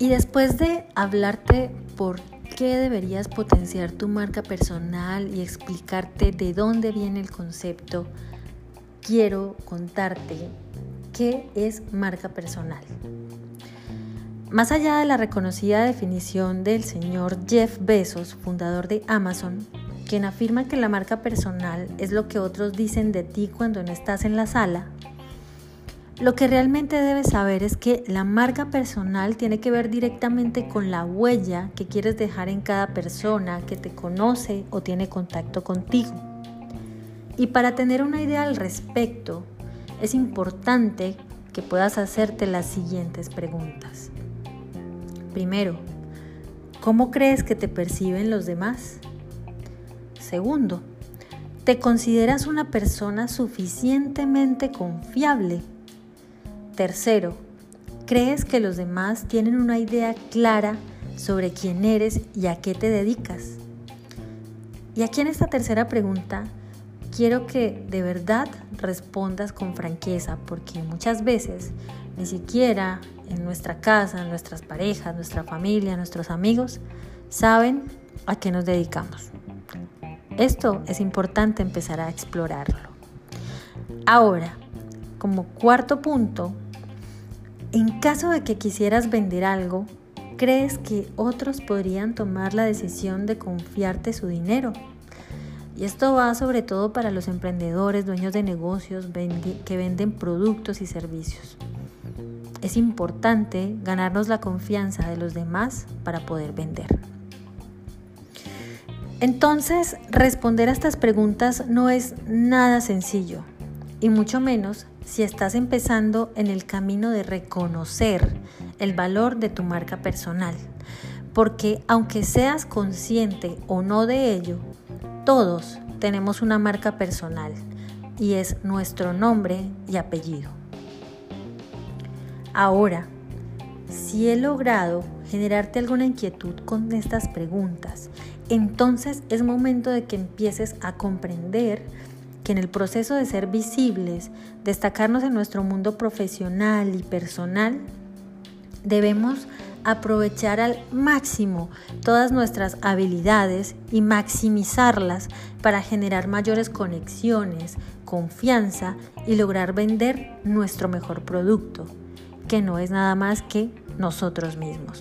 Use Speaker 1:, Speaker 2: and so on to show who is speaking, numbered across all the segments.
Speaker 1: Y después de hablarte por qué deberías potenciar tu marca personal y explicarte de dónde viene el concepto, quiero contarte qué es marca personal. Más allá de la reconocida definición del señor Jeff Bezos, fundador de Amazon, quien afirma que la marca personal es lo que otros dicen de ti cuando no estás en la sala, lo que realmente debes saber es que la marca personal tiene que ver directamente con la huella que quieres dejar en cada persona que te conoce o tiene contacto contigo. Y para tener una idea al respecto, es importante que puedas hacerte las siguientes preguntas. Primero, ¿cómo crees que te perciben los demás? Segundo, ¿te consideras una persona suficientemente confiable? Tercero, ¿crees que los demás tienen una idea clara sobre quién eres y a qué te dedicas? Y aquí en esta tercera pregunta, quiero que de verdad respondas con franqueza, porque muchas veces ni siquiera en nuestra casa, nuestras parejas, nuestra familia, nuestros amigos saben a qué nos dedicamos. Esto es importante empezar a explorarlo. Ahora, como cuarto punto, en caso de que quisieras vender algo, ¿crees que otros podrían tomar la decisión de confiarte su dinero? Y esto va sobre todo para los emprendedores, dueños de negocios que venden productos y servicios. Es importante ganarnos la confianza de los demás para poder vender. Entonces, responder a estas preguntas no es nada sencillo, y mucho menos si estás empezando en el camino de reconocer el valor de tu marca personal. Porque aunque seas consciente o no de ello, todos tenemos una marca personal y es nuestro nombre y apellido. Ahora, si he logrado generarte alguna inquietud con estas preguntas, entonces es momento de que empieces a comprender que en el proceso de ser visibles, destacarnos en nuestro mundo profesional y personal, debemos aprovechar al máximo todas nuestras habilidades y maximizarlas para generar mayores conexiones, confianza y lograr vender nuestro mejor producto, que no es nada más que nosotros mismos.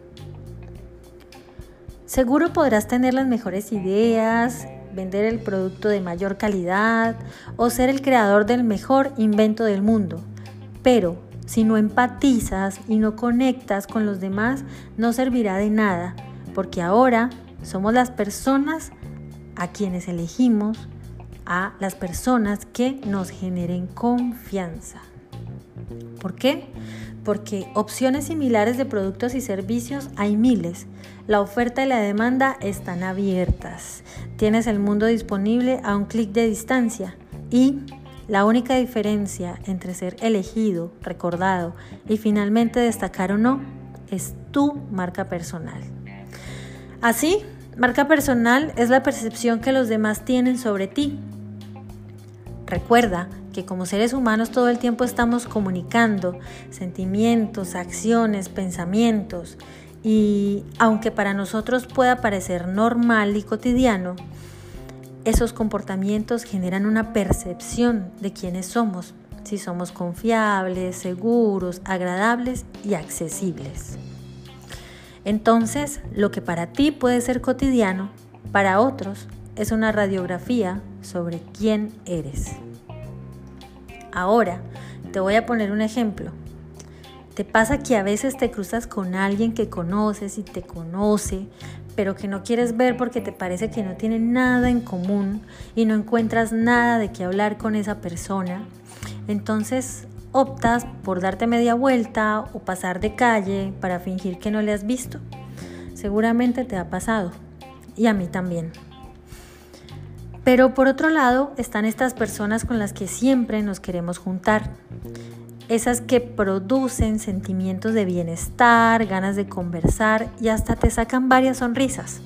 Speaker 1: Seguro podrás tener las mejores ideas, vender el producto de mayor calidad o ser el creador del mejor invento del mundo, pero si no empatizas y no conectas con los demás, no servirá de nada, porque ahora somos las personas a quienes elegimos, a las personas que nos generen confianza. ¿Por qué? Porque opciones similares de productos y servicios hay miles. La oferta y la demanda están abiertas. Tienes el mundo disponible a un clic de distancia y la única diferencia entre ser elegido, recordado y finalmente destacar o no es tu marca personal. Así, marca personal es la percepción que los demás tienen sobre ti. Recuerda que como seres humanos todo el tiempo estamos comunicando sentimientos, acciones, pensamientos y aunque para nosotros pueda parecer normal y cotidiano, esos comportamientos generan una percepción de quiénes somos, si somos confiables, seguros, agradables y accesibles. Entonces, lo que para ti puede ser cotidiano, para otros es una radiografía sobre quién eres. Ahora, te voy a poner un ejemplo. ¿Te pasa que a veces te cruzas con alguien que conoces y te conoce, pero que no quieres ver porque te parece que no tienen nada en común y no encuentras nada de qué hablar con esa persona? Entonces optas por darte media vuelta o pasar de calle para fingir que no le has visto. Seguramente te ha pasado, y a mí también. Pero por otro lado están estas personas con las que siempre nos queremos juntar. Esas que producen sentimientos de bienestar, ganas de conversar y hasta te sacan varias sonrisas.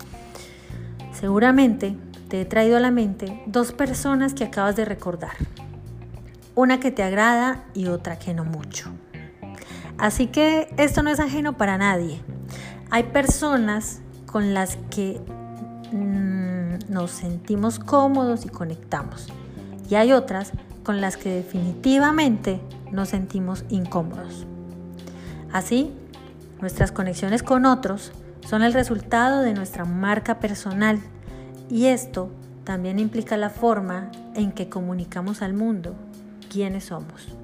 Speaker 1: Seguramente te he traído a la mente dos personas que acabas de recordar. Una que te agrada y otra que no mucho. Así que esto no es ajeno para nadie. Hay personas con las que nos sentimos cómodos y conectamos. Y hay otras con las que definitivamente nos sentimos incómodos. Así, nuestras conexiones con otros son el resultado de nuestra marca personal y esto también implica la forma en que comunicamos al mundo quiénes somos.